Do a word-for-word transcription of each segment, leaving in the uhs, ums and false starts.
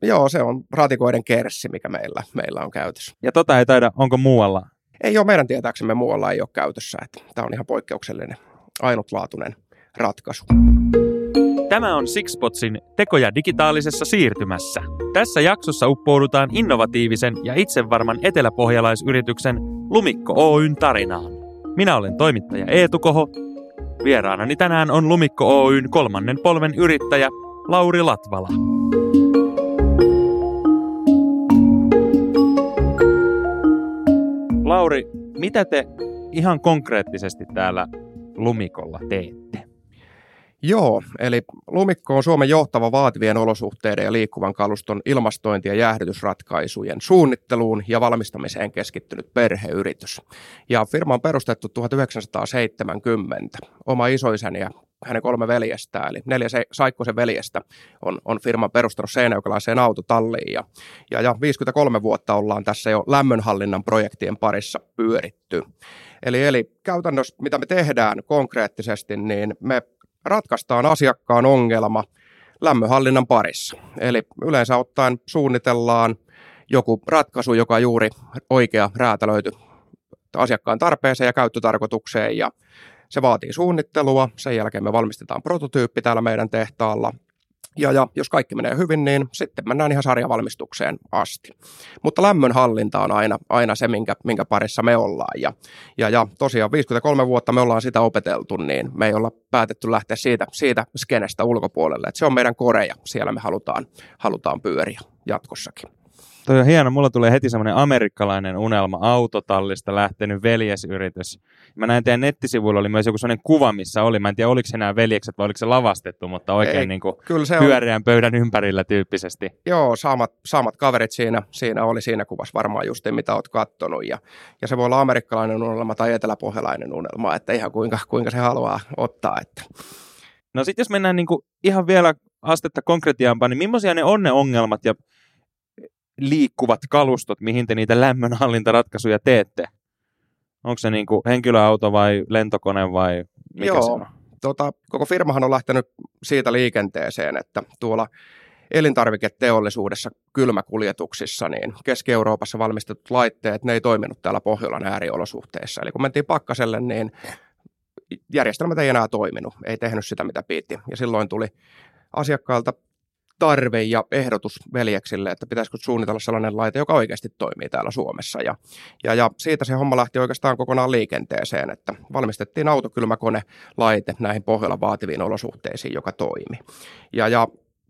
Joo, se on ratikoiden kerssi, mikä meillä, meillä on käytössä. Ja tota ei taida, onko muualla? Ei ole, meidän tietääksemme muualla ei ole käytössä. Tämä on ihan poikkeuksellinen, ainutlaatuinen ratkaisu. Tämä on Sixpotsin tekoja digitaalisessa siirtymässä. Tässä jaksossa uppoudutaan innovatiivisen ja itsevarman eteläpohjalaisyrityksen Lumikko Oyn tarinaan. Minä olen toimittaja Eetu Koho. Vieraanani tänään on Lumikko Oyn kolmannen polven yrittäjä Lauri Latvala. Lauri, mitä te ihan konkreettisesti täällä Lumikolla teette? Joo, eli Lumikko on Suomen johtava vaativien olosuhteiden ja liikkuvan kaluston ilmastointi- ja jäähdytysratkaisujen suunnitteluun ja valmistamiseen keskittynyt perheyritys. Ja firma on perustettu tuhatyhdeksänsataaseitsemänkymmentä. Oma isoisäni ja hänen kolme veljestään, eli neljä Saikkosen veljestä, on, on firman perustanut seinäjokilaiseen autotalliin. Ja, ja, ja viisikymmentäkolme vuotta ollaan tässä jo lämmönhallinnan projektien parissa pyöritty. Eli, eli käytännössä, mitä me tehdään konkreettisesti, niin me ratkaistaan asiakkaan ongelma lämmönhallinnan parissa. Eli yleensä ottaen suunnitellaan joku ratkaisu, joka juuri oikea räätälöity asiakkaan tarpeeseen ja käyttötarkoitukseen, ja se vaatii suunnittelua. Sen jälkeen me valmistetaan prototyyppi täällä meidän tehtaalla. Ja, ja jos kaikki menee hyvin, niin sitten mennään ihan sarjavalmistukseen asti. Mutta lämmönhallinta on aina, aina se, minkä, minkä parissa me ollaan. Ja, ja, ja tosiaan viisikymmentäkolme vuotta me ollaan sitä opeteltu, niin me ei olla päätetty lähteä siitä, siitä skenestä ulkopuolelle. Et se on meidän core ja siellä me halutaan, halutaan pyöriä jatkossakin. Toi on hieno. Mulla tulee heti semmoinen amerikkalainen unelma, autotallista lähtenyt veljesyritys. Mä näin teidän nettisivuilla oli myös joku semmoinen kuva, missä oli. Mä en tiedä, oliko se nämä veljekset vai oliko se lavastettu, mutta oikein Ei, niin kuin pyöreän on pöydän ympärillä tyyppisesti. Joo, samat, samat kaverit siinä, siinä oli siinä kuvassa varmaan just mitä oot kattonut. Ja, ja se voi olla amerikkalainen unelma tai eteläpohjalainen unelma, että ihan kuinka, kuinka se haluaa ottaa. Että. No sitten jos mennään niin kuin ihan vielä astetta konkretiaampaan, niin millaisia ne on ne ongelmat ja liikkuvat kalustot, mihin te niitä lämmönhallintaratkaisuja teette? Onko se niin kuin henkilöauto vai lentokone vai mikä Joo, se on? Tota, koko firmahan on lähtenyt siitä liikenteeseen, että tuolla elintarviketeollisuudessa kylmäkuljetuksissa, niin Keski-Euroopassa valmistetut laitteet, ne ei toiminut täällä Pohjolan ääriolosuhteissa. Eli kun mentiin pakkaselle, niin järjestelmät ei enää toiminut, ei tehnyt sitä mitä piti. Ja silloin tuli asiakkailta tarve ja ehdotus veljeksille, että pitäisikö suunnitella sellainen laite, joka oikeasti toimii täällä Suomessa. Ja, ja, ja siitä se homma lähti oikeastaan kokonaan liikenteeseen, että valmistettiin autokylmäkonelaite näihin Pohjolan vaativiin olosuhteisiin, joka toimi. Ja, ja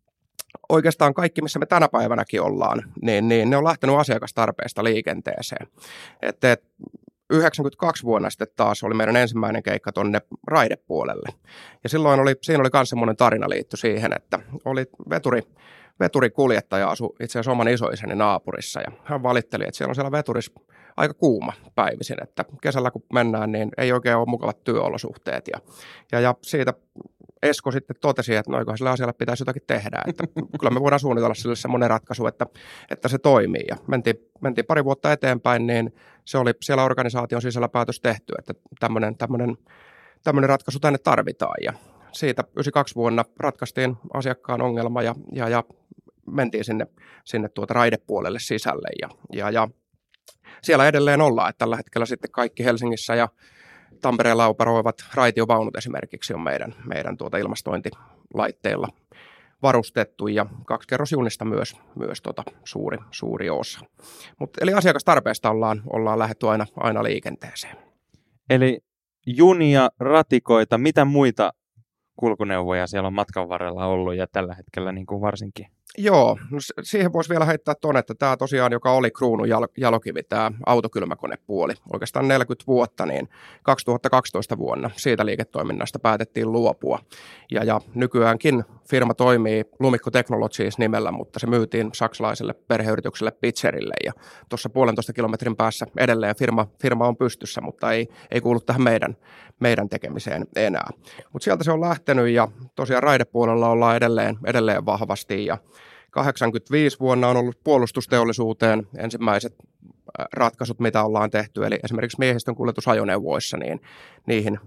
oikeastaan kaikki, missä me tänä päivänäkin ollaan, niin, niin ne on lähtenyt asiakastarpeesta liikenteeseen. Että et, yhdeksänkymmentäkaksi vuonna sitten taas oli meidän ensimmäinen keikka tuonne raidepuolelle. Ja silloin oli, siinä oli myös semmoinen tarina liitty siihen, että oli veturi, veturikuljettaja asui itse asiassa oman isoisäni naapurissa. Ja hän valitteli, että siellä on siellä veturissa aika kuuma päivisin, että kesällä kun mennään, niin ei oikein ole mukavat työolosuhteet. Ja, ja, ja siitä Esko sitten totesi, että noinkohan sille asialle pitäisi jotakin tehdä, että kyllä me voidaan suunnitella sille semmoinen ratkaisu, että, että se toimii. Ja mentiin, mentiin pari vuotta eteenpäin, niin se oli siellä organisaation sisällä päätös tehty, että tämmöinen, tämmöinen, tämmöinen ratkaisu tänne tarvitaan. Ja siitä yhdeksänkymmentäkaksi vuonna ratkaistiin asiakkaan ongelma ja, ja, ja mentiin sinne, sinne tuota raidepuolelle sisälle. Ja, ja, ja siellä edelleen ollaan, että tällä hetkellä sitten kaikki Helsingissä ja Tampereella operoivat raitiovaunut esimerkiksi on meidän, meidän tuota ilmastointilaitteilla varustettu ja kaksikerrosjunista myös, myös tuota suuri, suuri osa. Mut, eli asiakastarpeesta ollaan, ollaan lähdetty aina, aina liikenteeseen. Eli junia, ratikoita, mitä muita kulkuneuvoja siellä on matkan varrella ollut ja tällä hetkellä niin kuin varsinkin? Joo, no siihen voisi vielä heittää tuonne, että tämä tosiaan, joka oli kruunun jal- jalokivi, tämä autokylmäkonepuoli, oikeastaan neljäkymmentä vuotta, niin kaksituhattakaksitoista vuonna siitä liiketoiminnasta päätettiin luopua. Ja, ja nykyäänkin firma toimii Lumikko Technologies nimellä, mutta se myytiin saksalaiselle perheyritykselle Pizzerille, ja tuossa puolentoista kilometrin päässä edelleen firma, firma on pystyssä, mutta ei, ei kuulu tähän meidän, meidän tekemiseen enää. Mutta sieltä se on lähtenyt, ja tosiaan raidepuolella ollaan edelleen, edelleen vahvasti, ja kahdeksankymmentäviisi vuonna on ollut puolustusteollisuuteen ensimmäiset ratkaisut, mitä ollaan tehty, eli esimerkiksi miehistön kuljetusajoneuvoissa, niin niihin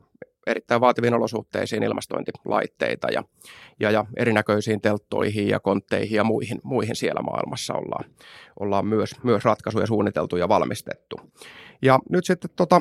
erittäin vaativiin olosuhteisiin ilmastointilaitteita ja, ja, ja erinäköisiin telttoihin ja kontteihin ja muihin, muihin siellä maailmassa ollaan, ollaan myös, myös ratkaisuja suunniteltu ja valmistettu. Ja nyt sitten tota,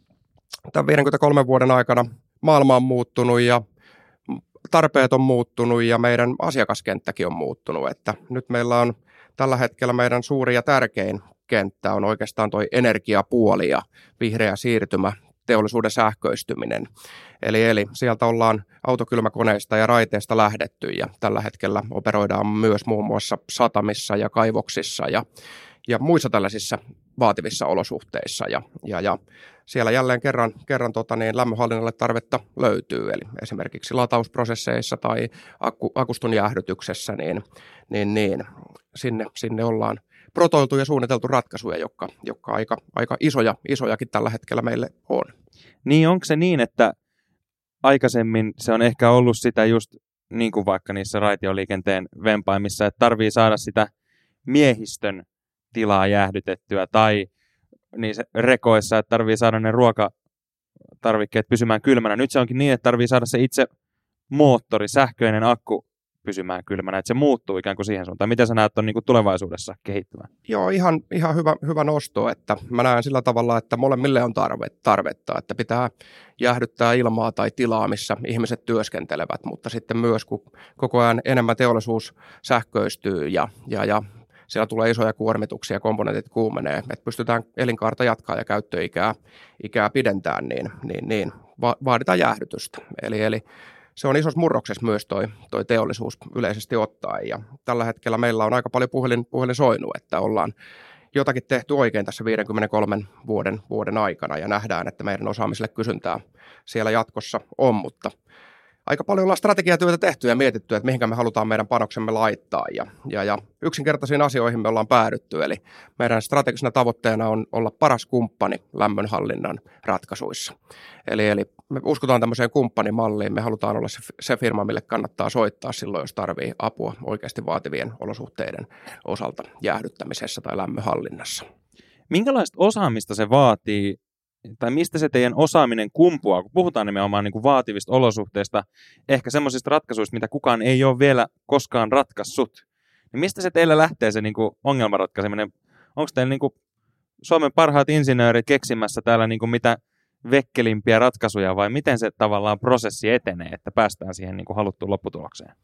tämän viidenkymmenenkolmen vuoden aikana maailma on muuttunut ja tarpeet on muuttunut ja meidän asiakaskenttäkin on muuttunut, että nyt meillä on tällä hetkellä meidän suuri ja tärkein kenttä on oikeastaan tuo energiapuoli ja vihreä siirtymä, teollisuuden sähköistyminen. Eli, eli sieltä ollaan autokylmäkoneista ja raiteista lähdetty ja tällä hetkellä operoidaan myös muun muassa satamissa ja kaivoksissa ja, ja muissa tällaisissa vaativissa olosuhteissa. Ja, ja, ja siellä jälleen kerran, kerran tota niin, lämmönhallinnalle tarvetta löytyy, eli esimerkiksi latausprosesseissa tai akku, akustun jäähdytyksessä, niin, niin, niin sinne, sinne ollaan protoiltu ja suunniteltu ratkaisuja, jotka, jotka aika, aika isoja, isojakin tällä hetkellä meille on. Niin, onko se niin, että aikaisemmin se on ehkä ollut sitä just niin kuin vaikka niissä raitioliikenteen vempaimissa, että tarvii saada sitä miehistön tilaa jäähdytettyä tai niissä rekoissa, että tarvii saada ne ruokatarvikkeet pysymään kylmänä. Nyt se onkin niin, että tarvii saada se itse moottori, sähköinen akku pysymään kylmänä, että se muuttuu ikään kuin siihen suuntaan. Miten sä näet on niin kuin tulevaisuudessa kehittyvän? Joo, ihan, ihan hyvä, hyvä nosto, että mä näen sillä tavalla, että molemmille on tarve, tarvetta, että pitää jäähdyttää ilmaa tai tilaa, missä ihmiset työskentelevät, mutta sitten myös, kun koko ajan enemmän teollisuus sähköistyy ja, ja, ja siellä tulee isoja kuormituksia, komponentit kuumenee, että pystytään elinkaarta jatkaa ja käyttöikää ikää pidentää, niin, niin, niin va- vaaditaan jäähdytystä. Eli, eli se on isossa murroksessa myös toi, toi teollisuus yleisesti ottaen ja tällä hetkellä meillä on aika paljon puhelin, puhelin soinut, että ollaan jotakin tehty oikein tässä viidenkymmenenkolmen vuoden, vuoden aikana ja nähdään, että meidän osaamiselle kysyntää siellä jatkossa on, mutta aika paljon ollaan strategiatyötä tehty ja mietitty, että mihinkä me halutaan meidän panoksemme laittaa ja, ja, ja yksinkertaisiin asioihin me ollaan päädytty, eli meidän strategisena tavoitteena on olla paras kumppani lämmönhallinnan ratkaisuissa. Eli, eli me uskotaan tämmöiseen kumppanimalliin, me halutaan olla se, se firma, mille kannattaa soittaa silloin, jos tarvii apua oikeasti vaativien olosuhteiden osalta jäähdyttämisessä tai lämmönhallinnassa. Minkälaista osaamista se vaatii, tai mistä se teidän osaaminen kumpuaa, kun puhutaan nimenomaan niin kuin vaativista olosuhteista, ehkä semmoisista ratkaisuista, mitä kukaan ei ole vielä koskaan ratkaissut, niin mistä se teillä lähtee se niin kuin ongelmanratkaiseminen? Onko teillä niin kuin Suomen parhaat insinöörit keksimässä täällä niin kuin mitä vekkelimpiä ratkaisuja, vai miten se tavallaan prosessi etenee, että päästään siihen niin kuin haluttuun lopputulokseen?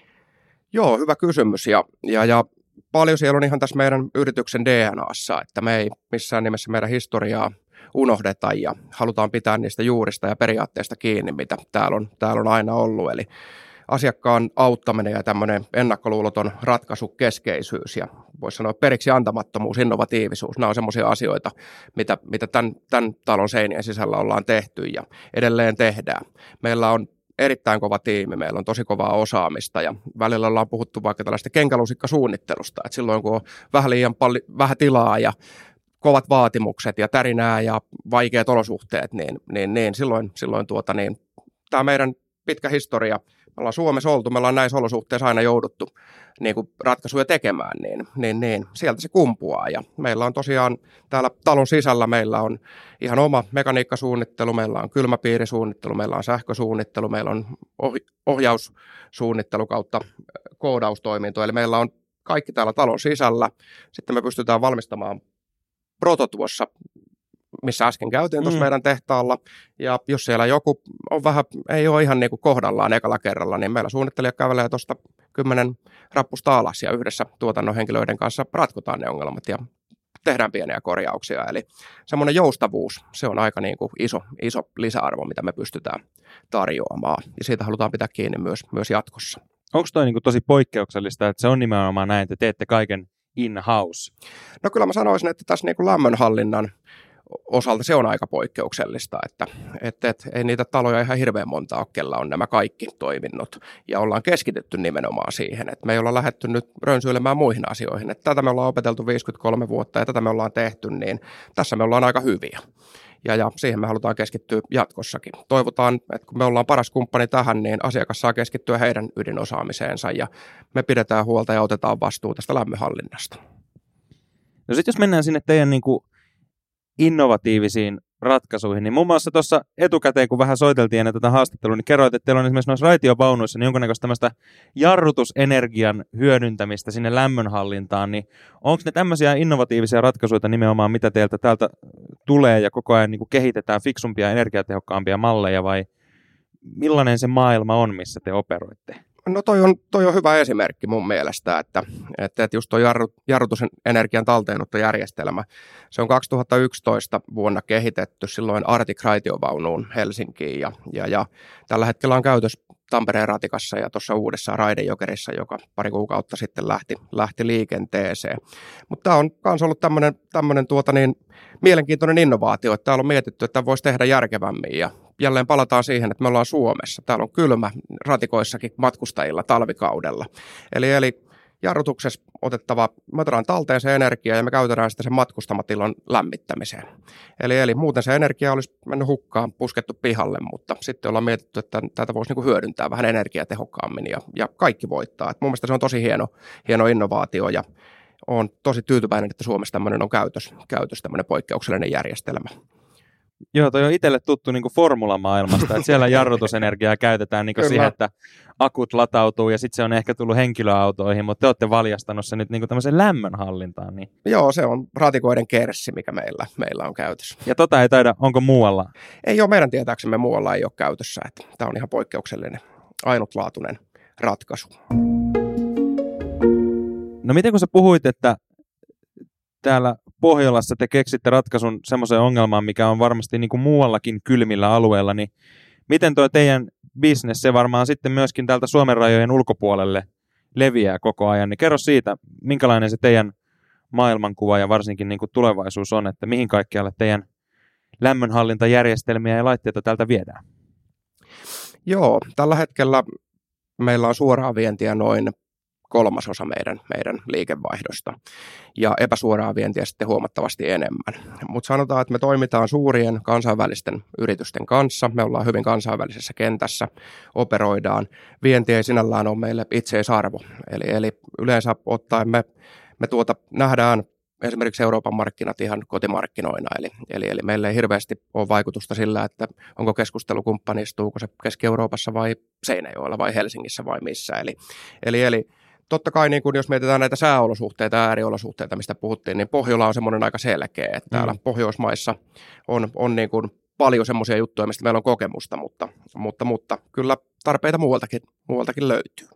Joo, hyvä kysymys, ja, ja, ja paljon siellä on ihan tässä meidän yrityksen D N A:ssa, että me ei missään nimessä meidän historiaa unohdeta ja halutaan pitää niistä juurista ja periaatteista kiinni, mitä täällä on, täällä on aina ollut. Eli asiakkaan auttaminen ja tämmöinen ennakkoluuloton ratkaisukeskeisyys ja voisi sanoa periksi antamattomuus, innovatiivisuus, nämä on semmoisia asioita, mitä, mitä tämän, tämän talon seinien sisällä ollaan tehty ja edelleen tehdään. Meillä on erittäin kova tiimi, meillä on tosi kovaa osaamista ja välillä ollaan puhuttu vaikka tällaista kenkälusikkasuunnittelusta, että silloin kun on vähän liian paljon, vähän tilaa ja kovat vaatimukset ja tärinää ja vaikeat olosuhteet, niin, niin, niin silloin, silloin tuota, niin, tämä meidän pitkä historia, me ollaan Suomessa oltu, me ollaan näissä olosuhteissa aina jouduttu niin kuin ratkaisuja tekemään, niin, niin, niin sieltä se kumpuaa. Ja meillä on tosiaan täällä talon sisällä meillä on ihan oma mekaniikkasuunnittelu, meillä on kylmäpiirisuunnittelu, meillä on sähkösuunnittelu, meillä on ohjaussuunnittelu kautta koodaustoiminto, eli meillä on kaikki täällä talon sisällä. Sitten me pystytään valmistamaan proto tuossa, missä äsken käytiin tuossa mm. meidän tehtaalla, ja jos siellä joku on vähän, ei ole ihan niin kuin kohdallaan ekalla kerralla, niin meillä suunnittelija kävelee tuosta kymmenen rappusta alas, ja yhdessä tuotannon henkilöiden kanssa ratkotaan ne ongelmat, ja tehdään pieniä korjauksia, eli semmoinen joustavuus, se on aika niin kuin iso, iso lisäarvo, mitä me pystytään tarjoamaan, ja siitä halutaan pitää kiinni myös, myös jatkossa. Onko toi niin kuin tosi poikkeuksellista, että se on nimenomaan näin, että teette kaiken in-house? No kyllä mä sanoisin, että tässä niin kuin lämmönhallinnan osalta se on aika poikkeuksellista, että, että, että ei niitä taloja ihan hirveän monta ole, kellä on nämä kaikki toiminnot. Ja ollaan keskitytty nimenomaan siihen, että me ei olla lähdetty nyt rönsyilemään muihin asioihin. Että tätä me ollaan opeteltu viisikymmentäkolme vuotta ja tätä me ollaan tehty, niin tässä me ollaan aika hyviä. Ja, ja siihen me halutaan keskittyä jatkossakin. Toivotaan, että kun me ollaan paras kumppani tähän, niin asiakas saa keskittyä heidän ydinosaamiseensa ja me pidetään huolta ja otetaan vastuu tästä lämmönhallinnasta. No sitten jos mennään sinne teidän niin kuin innovatiivisiin ratkaisuihin. Niin muun muassa tuossa etukäteen, kun vähän soiteltiin ennen tätä haastattelua, niin kerroit, että teillä on esimerkiksi noissa raitiovaunuissa niin jonkunnäköistä tämmöistä jarrutusenergian hyödyntämistä sinne lämmönhallintaan, niin onko ne tämmöisiä innovatiivisia ratkaisuja nimenomaan, mitä teiltä täältä tulee ja koko ajan niin kuin kehitetään fiksumpia ja energiatehokkaampia malleja, vai millainen se maailma on, missä te operoitte? No toi on, toi on hyvä esimerkki mun mielestä, että, että, että just tuo jarru, jarrutusenergian talteenottojärjestelmä, se on kaksituhattayksitoista vuonna kehitetty silloin Arctic-raitiovaunuun Helsinkiin ja, ja, ja tällä hetkellä on käytössä Tampereen ratikassa ja tuossa uudessa Raidejokerissa, joka pari kuukautta sitten lähti, lähti liikenteeseen. Mutta tämä on myös ollut tämmöinen tuota niin, mielenkiintoinen innovaatio, että täällä on mietitty, että voisi tehdä järkevämmin ja jälleen palataan siihen, että me ollaan Suomessa. Täällä on kylmä ratikoissakin matkustajilla talvikaudella. Eli, eli jarrutuksessa otettava, me otetaan talteen se energia ja me käytetään sitä sen matkustamatilon lämmittämiseen. Eli, eli muuten se energia olisi mennyt hukkaan, puskettu pihalle, mutta sitten ollaan mietitty, että tätä voisi niinku hyödyntää vähän energiatehokkaammin ja, ja kaikki voittaa. Et mun mielestä se on tosi hieno, hieno innovaatio ja olen tosi tyytyväinen, että Suomessa tämmöinen on käytössä, käytössä tämmöinen poikkeuksellinen järjestelmä. Joo, toi on itselle tuttu niin kuin formulamaailmasta, että siellä jarrutusenergiaa käytetään niin kuin siihen, että akut latautuu ja sitten se on ehkä tullut henkilöautoihin, mutta te olette valjastanut se nyt niin kuin tämmöiseen lämmönhallintaan. Niin. Joo, se on ratikoiden kerssi, mikä meillä, meillä on käytössä. Ja tota ei taida, onko muualla? Ei ole, meidän tietääksemme muualla ei ole käytössä, että tämä on ihan poikkeuksellinen, ainutlaatuinen ratkaisu. No miten kun sä puhuit, että täällä Pohjolassa te keksitte ratkaisun semmoiseen ongelmaan, mikä on varmasti niin kuin muuallakin kylmillä alueilla, niin miten tuo teidän business, se varmaan sitten myöskin täältä Suomen rajojen ulkopuolelle leviää koko ajan, niin kerro siitä, minkälainen se teidän maailmankuva ja varsinkin niin kuin tulevaisuus on, että mihin kaikkialle teidän lämmönhallintajärjestelmiä ja laitteita täältä viedään? Joo, tällä hetkellä meillä on suoraa vientiä noin kolmasosa meidän, meidän liikevaihdosta ja epäsuoraa vientiä sitten huomattavasti enemmän. Mutta sanotaan, että me toimitaan suurien kansainvälisten yritysten kanssa. Me ollaan hyvin kansainvälisessä kentässä, operoidaan. Vienti ei sinällään ole meille itseisarvo. Eli, eli yleensä ottaen me, me tuota, nähdään esimerkiksi Euroopan markkinat ihan kotimarkkinoina. Eli, eli, eli meillä ei hirveästi ole vaikutusta sillä, että onko keskustelukumppani, istuuko se Keski-Euroopassa vai Seinäjoella vai Helsingissä vai missä. Eli, eli, eli totta kai, niin kun jos mietitään näitä sääolosuhteita ja ääriolosuhteita, mistä puhuttiin, niin Pohjola on semmoinen aika selkeä, että täällä mm. Pohjoismaissa on, on niin kuin paljon semmoisia juttuja, mistä meillä on kokemusta, mutta, mutta, mutta kyllä tarpeita muualtakin, muualtakin löytyy.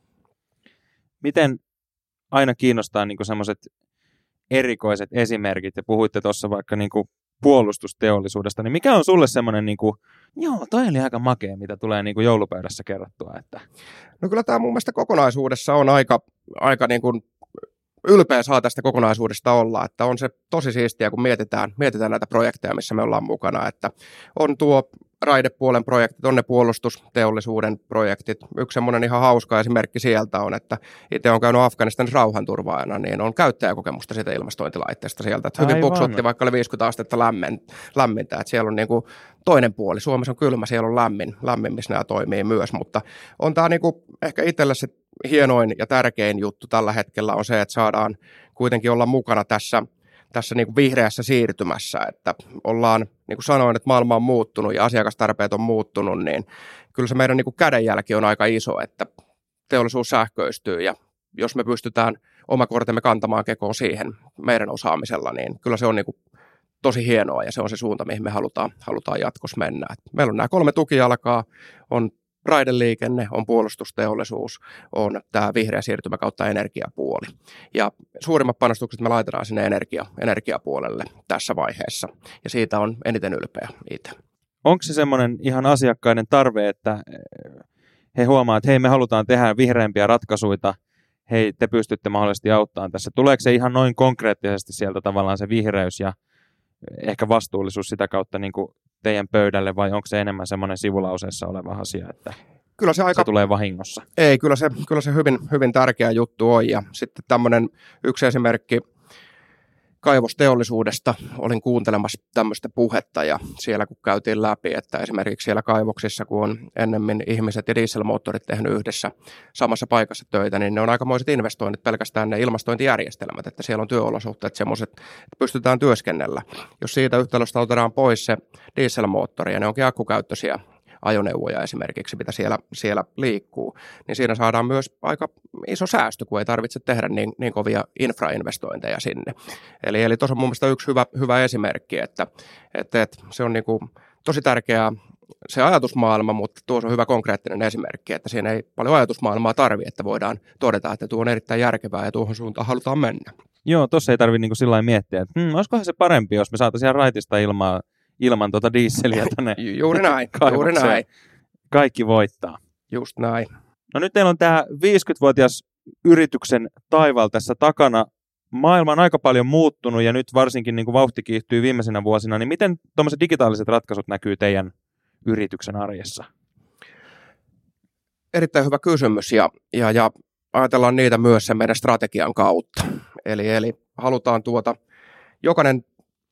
Miten aina kiinnostaa niin kuin semmoiset erikoiset esimerkit, ja puhuitte tuossa vaikka niin kuin puolustusteollisuudesta, niin mikä on sulle semmoinen, niin kuin, joo, toi oli aika makea, mitä tulee niin kuin joulupöydässä kerrottua? Että... No kyllä tämä mun mielestä kokonaisuudessa on aika, aika niin kuin ylpeä saa tästä kokonaisuudesta olla, että on se tosi siistiä, kun mietitään, mietitään näitä projekteja, missä me ollaan mukana, että on tuo raidepuolen projektit, on ne puolustusteollisuuden projektit. Yksi semmoinen ihan hauska esimerkki sieltä on, että itse olen käynyt Afganistanissa rauhanturvaajana, niin on käyttäjäkokemusta siitä ilmastointilaitteesta sieltä, että hyvin puksutti, vaikka oli viisikymmentä astetta lämmin, lämmintä, että siellä on niin kuin toinen puoli. Suomessa on kylmä, siellä on lämmin, lämmin missä nämä toimii myös, mutta on tämä niin kuin ehkä itselle se hienoin ja tärkein juttu tällä hetkellä on se, että saadaan kuitenkin olla mukana tässä tässä niin kuin vihreässä siirtymässä, että ollaan, niin kuin sanoin, että maailma on muuttunut ja asiakastarpeet on muuttunut, niin kyllä se meidän niin kuin kädenjälki on aika iso, että teollisuus sähköistyy ja jos me pystytään oma kortemme kantamaan kekoon siihen meidän osaamisella, niin kyllä se on niin kuin tosi hienoa ja se on se suunta, mihin me halutaan, halutaan jatkossa mennä. Et meillä on nämä kolme tukijalkaa, on raideliikenne, on puolustusteollisuus, on tämä vihreä siirtymä kautta energiapuoli. Ja suurimmat panostukset me laitetaan sinne energia, energiapuolelle tässä vaiheessa, ja siitä on eniten ylpeä itse. Onko se semmoinen ihan asiakkaiden tarve, että he huomaa, että hei, me halutaan tehdä vihreämpiä ratkaisuja, hei, te pystytte mahdollisesti auttamaan tässä. Tuleeko se ihan noin konkreettisesti sieltä tavallaan se vihreys ja ehkä vastuullisuus sitä kautta niin kuin teidän pöydälle, vai onko se enemmän semmoinen sivulauseessa oleva asia, että kyllä se, aika... se tulee vahingossa? Ei, kyllä se, kyllä se hyvin, hyvin tärkeä juttu on, ja sitten tämmöinen yksi esimerkki, kaivosteollisuudesta olin kuuntelemassa tämmöistä puhetta ja siellä kun käytiin läpi, että esimerkiksi siellä kaivoksissa, kun on ennemmin ihmiset ja dieselmoottorit tehnyt yhdessä samassa paikassa töitä, niin ne on aikamoiset investoinnit pelkästään ne ilmastointijärjestelmät, että siellä on työolosuhteet semmoiset, että pystytään työskennellä. Jos siitä yhtälöstä otetaan pois se dieselmoottori ja ne onkin akkukäyttöisiä ajoneuvoja esimerkiksi, mitä siellä, siellä liikkuu, niin siinä saadaan myös aika iso säästö, kun ei tarvitse tehdä niin, niin kovia infrainvestointeja sinne. Eli, eli tuossa on mun mielestä yksi hyvä, hyvä esimerkki, että, että, että se on niin kuin tosi tärkeää se ajatusmaailma, mutta tuossa on hyvä konkreettinen esimerkki, että siinä ei paljon ajatusmaailmaa tarvitse, että voidaan todeta, että tuo on erittäin järkevää ja tuohon suuntaan halutaan mennä. Joo, tuossa ei tarvitse niin kuin sillä lailla miettiä, että hmm, olisikohan se parempi, jos me saataisiin raitista ilmaa ilman tuota dieseliä tänne. Juuri näin, juuri näin. Kaikki voittaa. Just näin. No nyt teillä on tämä viisikymmenvuotias yrityksen taival tässä takana. Maailma on aika paljon muuttunut ja nyt varsinkin niin kuin vauhti kiihtyy viimeisenä vuosina. Niin miten tuommoiset digitaaliset ratkaisut näkyy teidän yrityksen arjessa? Erittäin hyvä kysymys ja, ja, ja ajatellaan niitä myös sen meidän strategian kautta. Eli, eli halutaan tuota, jokainen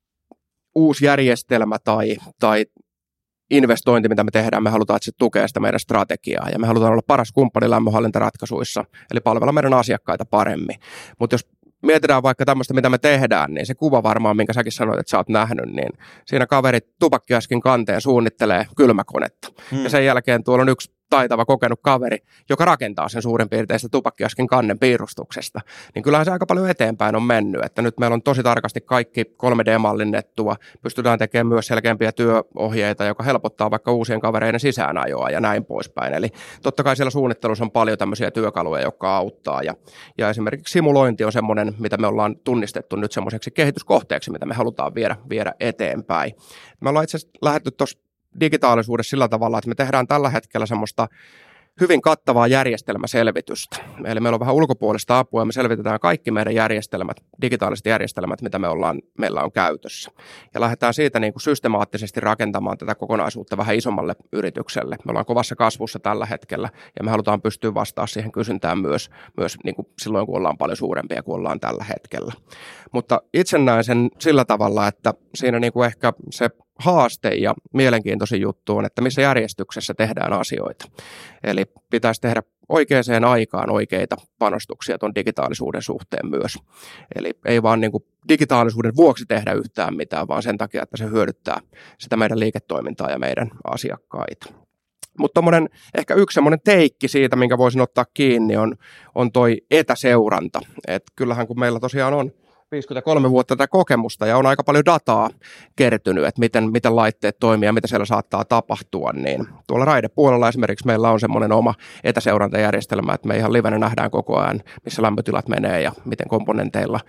uusi järjestelmä tai, tai investointi, mitä me tehdään, me halutaan, että se tukee sitä meidän strategiaa ja me halutaan olla paras kumppani lämmönhallintaratkaisuissa, eli palvella meidän asiakkaita paremmin. Mutta jos mietitään vaikka tämmöistä, mitä me tehdään, niin se kuva varmaan, minkä säkin sanoit, että sä oot nähnyt, niin siinä kaverit tupakkiaskin kanteen suunnittelee kylmäkonetta. Hmm. Ja sen jälkeen tuolla on yksi taitava, kokenut kaveri, joka rakentaa sen suurin piirtein sitä tupakkiaskin kannen piirustuksesta. Niin kyllähän se aika paljon eteenpäin on mennyt, että nyt meillä on tosi tarkasti kaikki kolme D-mallinnettua, pystytään tekemään myös selkeämpiä työohjeita, joka helpottaa vaikka uusien kavereiden sisäänajoa ja näin poispäin. Eli totta kai siellä suunnittelussa on paljon tämmöisiä työkaluja, jotka auttaa ja, ja esimerkiksi simulointi on semmoinen, mitä me ollaan tunnistettu nyt semmoiseksi kehityskohteeksi, mitä me halutaan viedä, viedä eteenpäin. Me ollaan itse asiassa lähdetty tuossa digitaalisuudessa sillä tavalla, että me tehdään tällä hetkellä semmoista hyvin kattavaa järjestelmäselvitystä. Eli meillä on vähän ulkopuolista apua ja me selvitetään kaikki meidän järjestelmät, digitaaliset järjestelmät, mitä me ollaan, meillä on käytössä. Ja lähdetään siitä niin kuin systemaattisesti rakentamaan tätä kokonaisuutta vähän isommalle yritykselle. Me ollaan kovassa kasvussa tällä hetkellä ja me halutaan pystyä vastaamaan siihen kysyntään myös, myös niin kuin silloin, kun ollaan paljon suurempia kuin ollaan tällä hetkellä. Mutta itse näen sen sillä tavalla, että siinä niin kuin ehkä se haaste ja mielenkiintoisin juttu on, että missä järjestyksessä tehdään asioita. Eli pitäisi tehdä oikeaan aikaan oikeita panostuksia tuon digitaalisuuden suhteen myös. Eli ei vaan niin kuin digitaalisuuden vuoksi tehdä yhtään mitään, vaan sen takia, että se hyödyttää sitä meidän liiketoimintaa ja meidän asiakkaita. Mutta ehkä yksi semmoinen teikki siitä, minkä voisin ottaa kiinni, on, on toi etäseuranta. Et kyllähän kun meillä tosiaan on viisikymmentäkolme vuotta tätä kokemusta ja on aika paljon dataa kertynyt, että miten, miten laitteet toimii ja mitä siellä saattaa tapahtua, niin tuolla raidepuolella esimerkiksi meillä on semmoinen oma etäseurantajärjestelmä, että me ihan livenä nähdään koko ajan, missä lämpötilat menee ja miten komponenteilla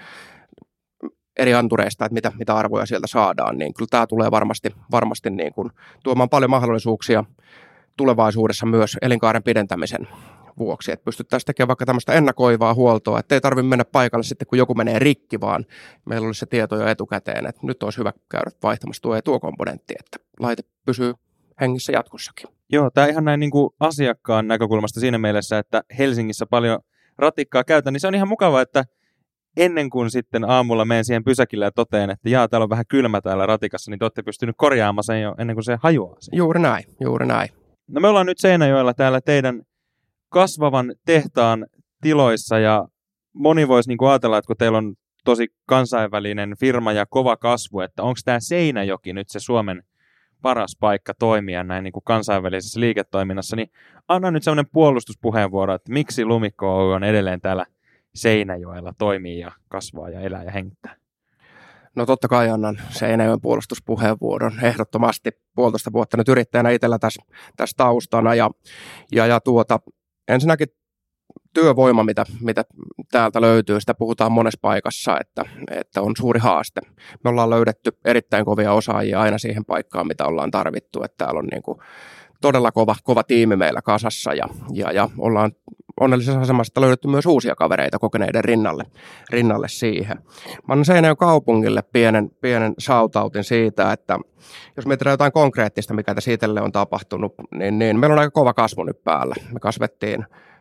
eri antureista, että mitä, mitä arvoja sieltä saadaan, niin kyllä tämä tulee varmasti, varmasti niin kuin tuomaan paljon mahdollisuuksia tulevaisuudessa myös elinkaaren pidentämisen vuoksi, että pystyttäisiin tekemään vaikka tämmöistä ennakoivaa huoltoa, että ei tarvitse mennä paikalle sitten, kun joku menee rikki, vaan meillä olisi se tieto jo etukäteen, että nyt olisi hyvä käydä vaihtamassa tuo ja tuo komponentti, että laite pysyy hengissä jatkossakin. Joo, tämä ihan näin niin kuin asiakkaan näkökulmasta siinä mielessä, että Helsingissä paljon ratikkaa käytän, niin se on ihan mukava, että ennen kuin sitten aamulla menen siihen pysäkille ja toteen, että jaa, täällä on vähän kylmä täällä ratikassa, niin te olette pystynyt korjaamaan sen jo ennen kuin se hajoaa sen. Juuri näin, juuri näin. No me ollaan nyt Seinäjoella täällä teidän kasvavan tehtaan tiloissa ja moni voisi niin kuin ajatella, että kun teillä on tosi kansainvälinen firma ja kova kasvu, että onko tämä Seinäjoki nyt se Suomen paras paikka toimia näin niin kuin kansainvälisessä liiketoiminnassa, niin anna nyt sellainen puolustuspuheenvuoro, että miksi Lumikko Oy on edelleen täällä Seinäjoella toimii ja kasvaa ja elää ja hengittää. No totta kai annan Seinäjoen puolustuspuheenvuoron ehdottomasti puolitoista vuotta nyt yrittäjänä itsellä tässä, tässä taustana ja, ja, ja tuota, ensinnäkin työvoima, mitä, mitä täältä löytyy, sitä puhutaan monessa paikassa, että, että on suuri haaste. Me ollaan löydetty erittäin kovia osaajia aina siihen paikkaan, mitä ollaan tarvittu, että täällä on niin kuin todella kova, kova tiimi meillä kasassa ja, ja, ja ollaan onnellisessa asemassa löydetty myös uusia kavereita kokeneiden rinnalle, rinnalle siihen. Mä annan Seinäjoen kaupungille pienen, pienen shoutoutin siitä, että jos mietitään jotain konkreettista, mikä tässä itselle on tapahtunut, niin, niin meillä on aika kova kasvu nyt päällä. Me kasvettiin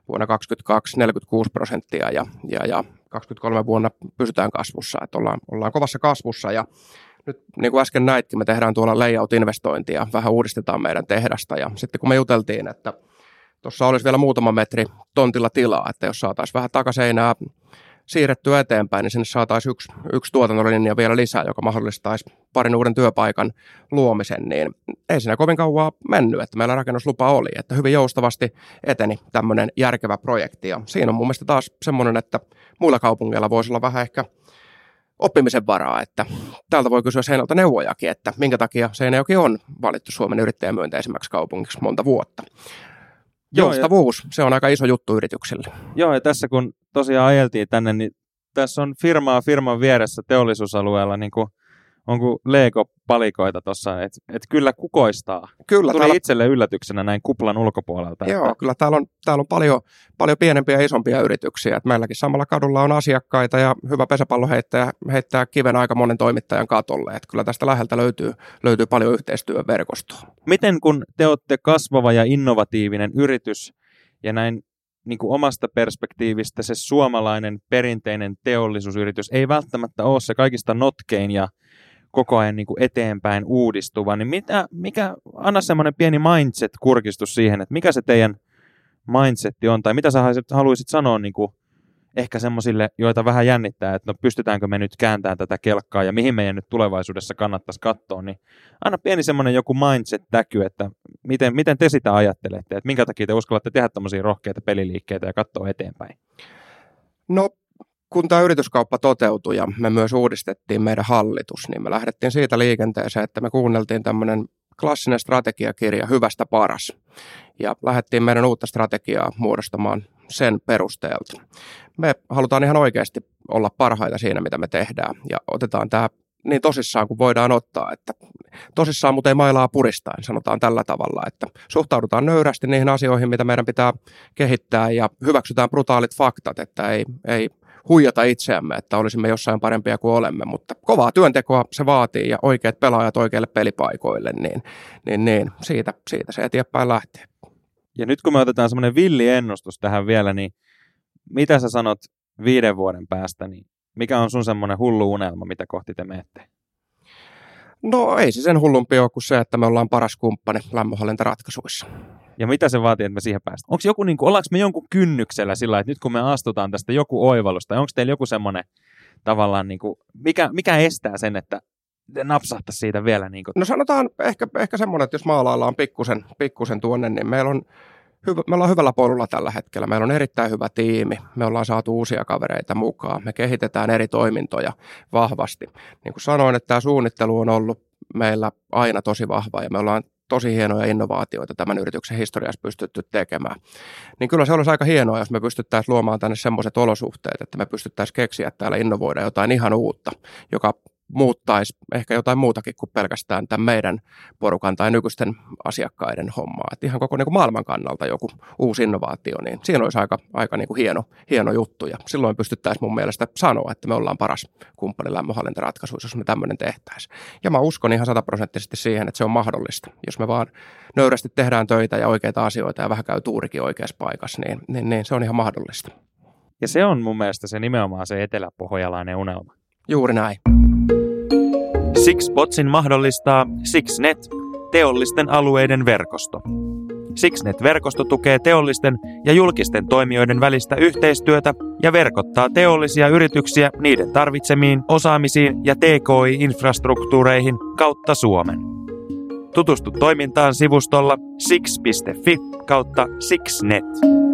vuonna kaksikymmentäkaksi neljäkymmentäkuusi prosenttia ja, ja, ja kaksikymmentäkolme vuonna pysytään kasvussa, että ollaan, ollaan kovassa kasvussa ja nyt niin kuin äsken näitkin, me tehdään tuolla layout-investointia, vähän uudistetaan meidän tehdasta ja sitten kun me juteltiin, että tuossa olisi vielä muutama metri tontilla tilaa, että jos saataisiin vähän takaseinää siirrettyä eteenpäin, niin sinne saataisiin yksi, yksi tuotantolinja vielä lisää, joka mahdollistaisi parin uuden työpaikan luomisen, niin ei siinä kovin kauan mennyt, että meillä rakennuslupa oli, että hyvin joustavasti eteni tämmöinen järkevä projekti ja siinä on mun mielestä taas semmoinen, että muilla kaupungeilla voisi olla vähän ehkä oppimisen varaa, että täältä voi kysyä Seinältä neuvojakin, että minkä takia Seinäjoki on valittu Suomen yrittäjämyönteisemmäksi kaupungiksi monta vuotta. Joustavuus, se on aika iso juttu yrityksille. Joo, ja tässä kun tosiaan ajeltiin tänne, niin tässä on firmaa firman vieressä teollisuusalueella, niin kuin, on kuin Lego-palikoita tuossa, että et kyllä kukoistaa. Kyllä, tuli täällä itselle yllätyksenä näin kuplan ulkopuolelta. Joo, että kyllä täällä on, täällä on paljon, paljon pienempiä ja isompia yrityksiä. Et meilläkin samalla kadulla on asiakkaita ja hyvä pesäpalloheittäjä heittää kiven aika monen toimittajan katolle. Et kyllä tästä läheltä löytyy, löytyy paljon yhteistyöverkostoa. Miten kun te olette kasvava ja innovatiivinen yritys ja näin niin kuin omasta perspektiivistä se suomalainen perinteinen teollisuusyritys ei välttämättä ole se kaikista notkein ja koko ajan niin kuin eteenpäin uudistuva, niin mitä, mikä, anna semmoinen pieni mindset-kurkistus siihen, että mikä se teidän mindsetti on, tai mitä sä haluaisit sanoa niin kuin ehkä semmoisille, joita vähän jännittää, että no pystytäänkö me nyt kääntämään tätä kelkkaa, ja mihin meidän nyt tulevaisuudessa kannattaisi katsoa, niin anna pieni semmoinen joku mindset-täky, että miten, miten te sitä ajattelette, että minkä takia te uskallatte tehdä tämmöisiä rohkeita peliliikkeitä ja katsoa eteenpäin? No, kun tämä yrityskauppa toteutui ja me myös uudistettiin meidän hallitus, niin me lähdettiin siitä liikenteeseen, että me kuunneltiin tämmöinen klassinen strategiakirja Hyvästä paras. Ja lähdettiin meidän uutta strategiaa muodostamaan sen perusteelta. Me halutaan ihan oikeasti olla parhaita siinä, mitä me tehdään. Ja otetaan tämä niin tosissaan kuin voidaan ottaa. Että tosissaan, mutta ei mailaa puristain, sanotaan tällä tavalla. Että suhtaudutaan nöyrästi niihin asioihin, mitä meidän pitää kehittää ja hyväksytään brutaalit faktat, että ei... ei huijata itseämme, että olisimme jossain parempia kuin olemme, mutta kovaa työntekoa se vaatii ja oikeat pelaajat oikeille pelipaikoille, niin, niin, niin siitä, siitä se eteenpäin lähtee. Ja nyt kun me otetaan semmoinen villiennustus tähän vielä, niin mitä sä sanot viiden vuoden päästä, niin mikä on sun semmoinen hullu unelma, mitä kohti te menette? No ei se sen hullumpi ole kuin se, että me ollaan paras kumppani lämmönhallintaratkaisuissa. Ja mitä se vaatii, että me siihen päästään? Onko joku, niin kuin, ollaanko me jonkun kynnyksellä sillä, että nyt kun me astutaan tästä joku oivallus, tai onko teillä joku semmoinen tavallaan, niin kuin, mikä, mikä estää sen, että napsahtaisi siitä vielä? Niin kuin? No sanotaan ehkä, ehkä semmoinen, että jos maalaillaan pikkusen, pikkusen tuonne, niin meillä on, hyvä, me ollaan hyvällä polulla tällä hetkellä. Meillä on erittäin hyvä tiimi, me ollaan saatu uusia kavereita mukaan, me kehitetään eri toimintoja vahvasti. Niin kuin sanoin, että tämä suunnittelu on ollut meillä aina tosi vahva, ja me ollaan tosi hienoja innovaatioita tämän yrityksen historiassa pystytty tekemään. Niin kyllä se olisi aika hienoa, jos me pystyttäisiin luomaan tänne semmoiset olosuhteet, että me pystyttäisiin keksiä täällä innovoida jotain ihan uutta, joka muuttaisi ehkä jotain muutakin kuin pelkästään tämän meidän porukan tai nykyisten asiakkaiden hommaa. Että ihan koko niin kuin maailman kannalta joku uusi innovaatio, niin siinä olisi aika, aika niin kuin hieno, hieno juttu. Ja silloin pystyttäisiin mun mielestä sanoa, että me ollaan paras kumppani lämmönhallintaratkaisuissa, jos me tämmöinen tehtäisiin. Ja mä uskon ihan sataprosenttisesti siihen, että se on mahdollista. Jos me vaan nöyrästi tehdään töitä ja oikeita asioita ja vähän käy tuurikin oikeassa paikassa, niin, niin, niin se on ihan mahdollista. Ja se on mun mielestä se nimenomaan se eteläpohjalainen unelma. Juuri näin. SIXPOTSin mahdollistaa SIXNet, teollisten alueiden verkosto. SIXNet-verkosto tukee teollisten ja julkisten toimijoiden välistä yhteistyötä ja verkottaa teollisia yrityksiä niiden tarvitsemiin osaamisiin ja T K I-infrastruktuureihin kautta Suomen. Tutustu toimintaan sivustolla six piste fi kautta SIXNet.